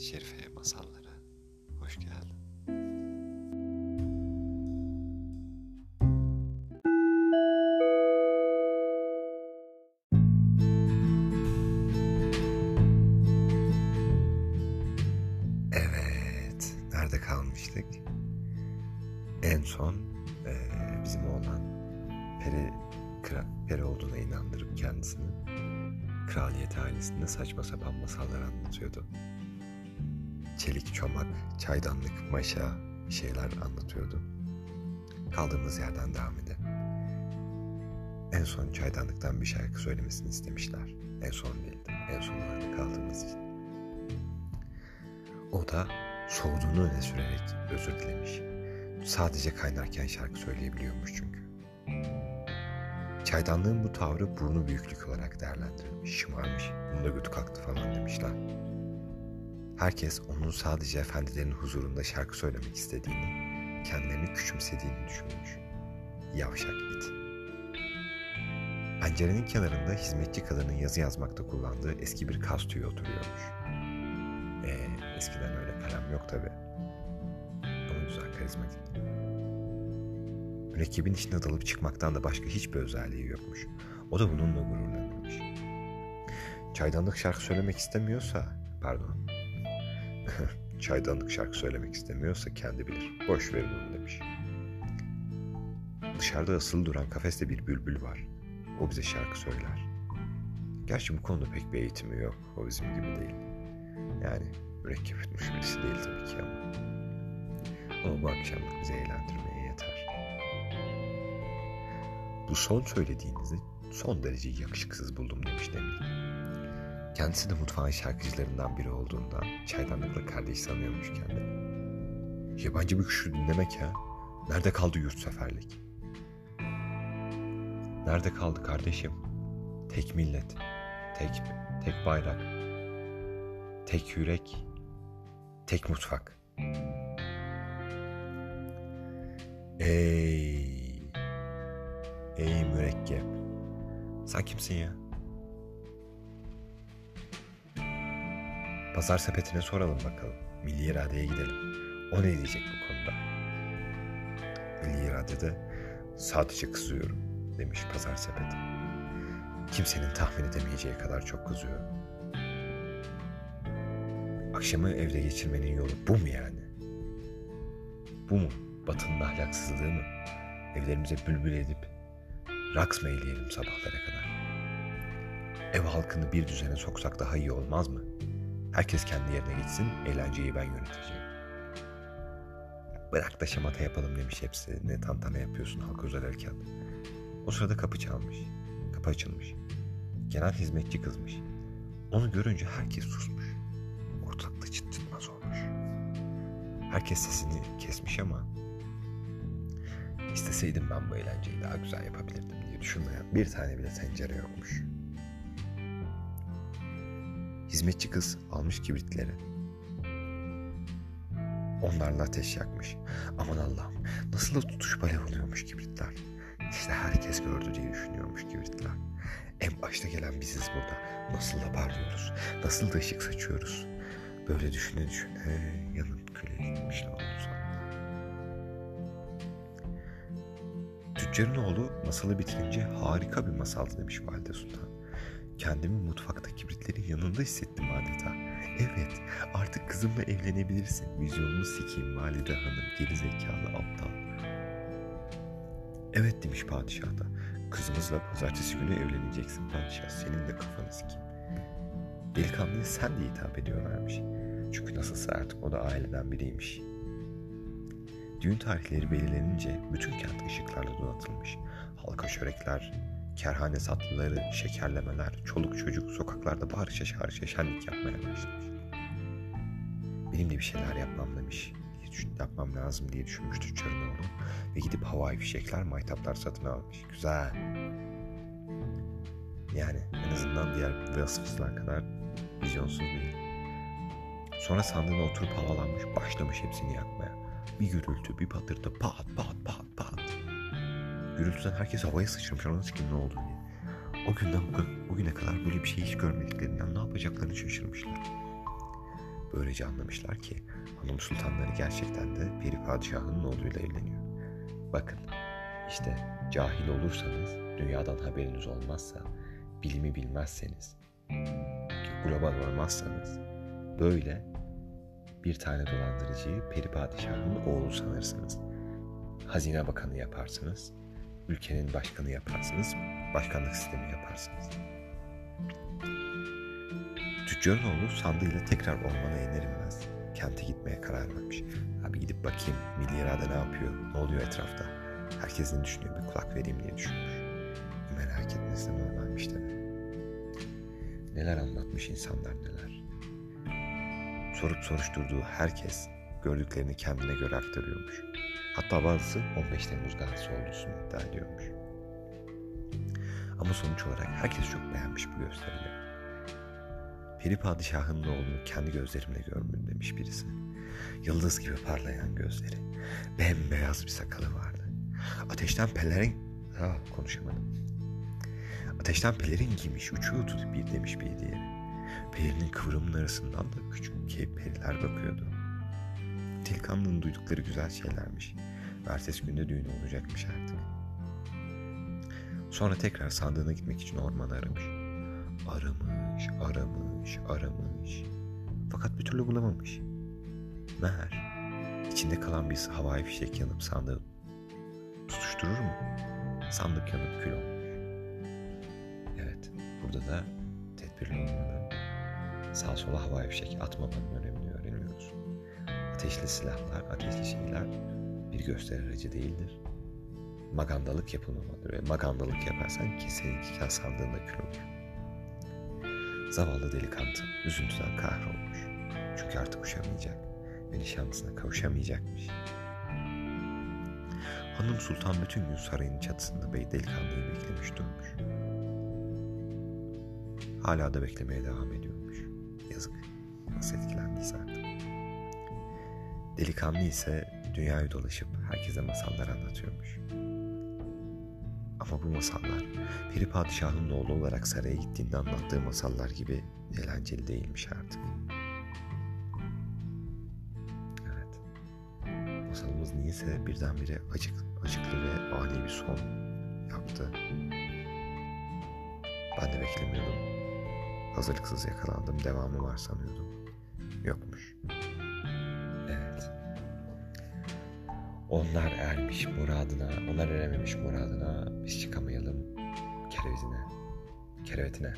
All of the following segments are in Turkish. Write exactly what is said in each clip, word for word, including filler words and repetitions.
Şerife Masalları. Hoş geldin. Evet, nerede kalmıştık? En son ee, bizim oğlan peri, kra, peri olduğuna inandırıp kendisini kraliyet ailesinde saçma sapan masallar anlatıyordu. Çelik çomak, çaydanlık, maşa şeyler anlatıyordu. Kaldığımız yerden devam edelim. En son çaydanlıktan bir şarkı söylemesini istemişler. En son değildi. En sonlarda kaldığımız için. O da soğuduğunu öne sürerek özür dilemiş. Sadece kaynarken şarkı söyleyebiliyormuş çünkü. Çaydanlığın bu tavrı burnu büyüklük olarak değerlendirilmiş. Şımarmış. Bunda götü kalktı falan demişler. Herkes onun sadece efendilerin huzurunda şarkı söylemek istediğini, kendilerini küçümsediğini düşünmüş. Yavşak it. Pencerenin kenarında hizmetçi kadının yazı yazmakta kullandığı eski bir kas tüyü oturuyormuş. Ee, eskiden öyle kalem yok tabi. Ama güzel, karizmatik. Mürekkebin içine dalıp çıkmaktan da başka hiçbir özelliği yokmuş. O da bununla gururlanırmış. Çaydanlık şarkı söylemek istemiyorsa, pardon, çaydanlık şarkı söylemek istemiyorsa kendi bilir. Boş verin onu demiş. Dışarıda asılı duran kafeste bir bülbül var. O bize şarkı söyler. Gerçi bu konuda pek bir eğitimi yok. O bizim gibi değil. Yani mürekkep yutmuş birisi değil tabii ki ama. Ama bu akşamlık bizi eğlendirmeye yeter. Bu son söylediğinizi son derece yakışıksız buldum demiş Demlik. Kendisi de mutfağın şarkıcılarından biri olduğundan çaydanlıkla kardeş sanıyormuş kendini. Yabancı bir kuşu dinlemek ya. Nerede kaldı yurtseferlik? Nerede kaldı kardeşim? Tek millet, tek tek bayrak, tek yürek, tek mutfak. Ey, ey mürekkep. Sen kimsin ya? Pazar sepetine soralım bakalım. Milli iradeye gidelim. O ne diyecek bu konuda? Milli iradede sadece kızıyorum demiş pazar sepeti. Kimsenin tahmin edemeyeceği kadar çok kızıyor. Akşamı evde geçirmenin yolu bu mu yani? Bu mu? Batı'nın ahlaksızlığı mı? Evlerimize bülbül edip raks mı eyleyelim sabahlara kadar? Ev halkını bir düzene soksak daha iyi olmaz mı? Herkes kendi yerine gitsin, eğlenceyi ben yöneteceğim. Bırak da şamata yapalım demiş hepsi. Ne tantana yapıyorsun halka özelirken. O sırada kapı çalmış. Kapı açılmış. Genel hizmetçi kızmış. Onu görünce herkes susmuş. Ortalıkta çıt çıtmaz olmuş. Herkes sesini kesmiş ama isteseydim ben bu eğlenceyi daha güzel yapabilirdim diye düşünmeyen bir tane bile tencere yokmuş. Hizmetçi kız almış kibritleri. Onlarla ateş yakmış. Aman Allah'ım, nasıl da tutuşup alev oluyormuş kibritler. İşte herkes gördü diye düşünüyormuş kibritler. En başta gelen biziz burada. Nasıl da parlıyoruz. Nasıl da ışık saçıyoruz. Böyle düşüne düşüne yanıp küle gitmişler oldu sonunda. Tüccarın oğlu masalı bitirince harika bir masaldı demiş Valide Sultan. Kendimi mutfakta kibritlerin yanında hissettim adeta. Evet, artık kızımla evlenebilirsin. Vizyonunu sikeyim valide hanım, geri zekalı aptal. Evet demiş padişah da. Kızımızla pazartesi günü evleneceksin padişah. Senin de kafanı sikeyim. Delikanlıya sen de hitap ediyorlarmış. Çünkü nasılsa artık o da aileden biriymiş. Düğün tarihleri belirlenince bütün kent ışıklarla donatılmış. Halka çörekler, kerhane tatlıları, şekerlemeler, çoluk çocuk sokaklarda bağırışa çağrışa şenlik yapmaya başlamış. Benim de bir şeyler yapmam demiş. Diye düşün, yapmam lazım diye düşünmüş tüccarın oğlu. Ve gidip havai fişekler, maytaplar satın almış. Güzel. Yani en azından diğer vasıfsızlar kadar vizyonsuz değil. Sonra sandığına oturup havalanmış, başlamış hepsini yakmaya. Bir gürültü, bir patırtı, pat pat pat pat. Gürültüden herkes havaya sıçramış, ona sıçramış ne oldu diye. O günden o güne kadar böyle bir şey hiç görmediklerinden ne yapacaklarını şaşırmışlar. Böylece anlamışlar ki hanım sultanları gerçekten de peri padişahının oğluyla evleniyor. Bakın, işte cahil olursanız, dünyadan haberiniz olmazsa, bilimi bilmezseniz, global olmazsanız böyle bir tane dolandırıcıyı peri padişahının oğlu sanırsınız. Hazine bakanı yaparsınız, ülkenin başkanı yaparsınız, başkanlık sistemi yaparsınız. Tüccarın oğlu sandığıyla tekrar ormana iner inmez kente gitmeye karar vermiş. Abi gidip bakayım Milli İrade ne yapıyor, ne oluyor etrafta, herkes ne düşünüyor, bir kulak vereyim diye düşünmüş. Merak etmesi de normalmiş tabii. Neler anlatmış insanlar neler. Sorup soruşturduğu herkes gördüklerini kendine göre aktarıyormuş. Hatta bazısı on beş Temmuz gazisi olduğunu iddia ediyormuş. Ama sonuç olarak herkes çok beğenmiş bu gösterileri. Peri padişahının oğlunu kendi gözlerimle gördüm demiş birisi. Yıldız gibi parlayan gözleri, bembeyaz bir sakalı vardı. Ateşten pelerin... Ah, konuşamadım. Ateşten pelerin giymiş uçuyordu bir demiş bir diğeri. Pelerinin kıvrımının arasından da küçük keyif periler bakıyordu. Delikanlının duydukları güzel şeylermiş. Ertesi günde düğün olacakmış artık. Sonra tekrar sandığına gitmek için ormanı aramış. Aramış, aramış, aramış. Fakat bir türlü bulamamış. Meğer içinde kalan bir havai fişek yanıp sandığı tutuşturur mu? Sandık yanıp kül olmuş. Evet, burada da tedbirli olmanın, sağa sola havai fişek atmamanın önemini öğreniyoruz. Ateşli silahlar, ateşli şeyler bir gösteri aracı değildir. Magandalık yapılmamalıdır ve magandalık yaparsan kesinlikle sandığında kül olur. Zavallı delikanlı üzüntüden kahrolmuş. Çünkü artık uçamayacak ve nişanlısına kavuşamayacakmış. Hanım Sultan bütün gün sarayın çatısında bey delikanlıyı beklemiş durmuş. Hala da beklemeye devam ediyormuş. Yazık. Nasıl etkilendiyse artık. Delikanlı ise dünyayı dolaşıp herkese masallar anlatıyormuş. Ama bu masallar peri padişahının oğlu olarak saraya gittiğinde anlattığı masallar gibi eğlenceli değilmiş artık. Evet. Masalımız niyeyse birdenbire acık, acıklı ve ani bir son yaptı. Ben de beklemiyordum. Hazırlıksız yakalandım. Devamı var sanıyordum. Yokmuş. Evet. Onlar ermiş muradına, onlar erememiş muradına, biz çıkamayalım kerevetine, kerevetine.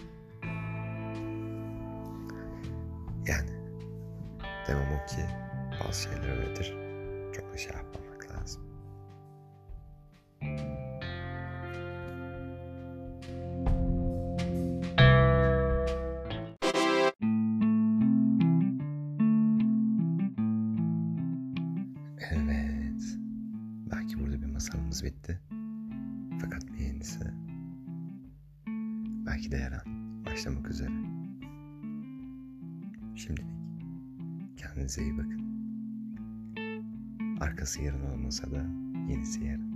Yani demem o ki bazı şeyler öyledir. Çok da şey yapmamak lazım. Evet. Belki burada bir masalımız bitti. Fakat bir yenisi belki de her an başlamak üzere. Şimdilik kendinize iyi bakın. Arkası yarın olmasa da yenisi yarın.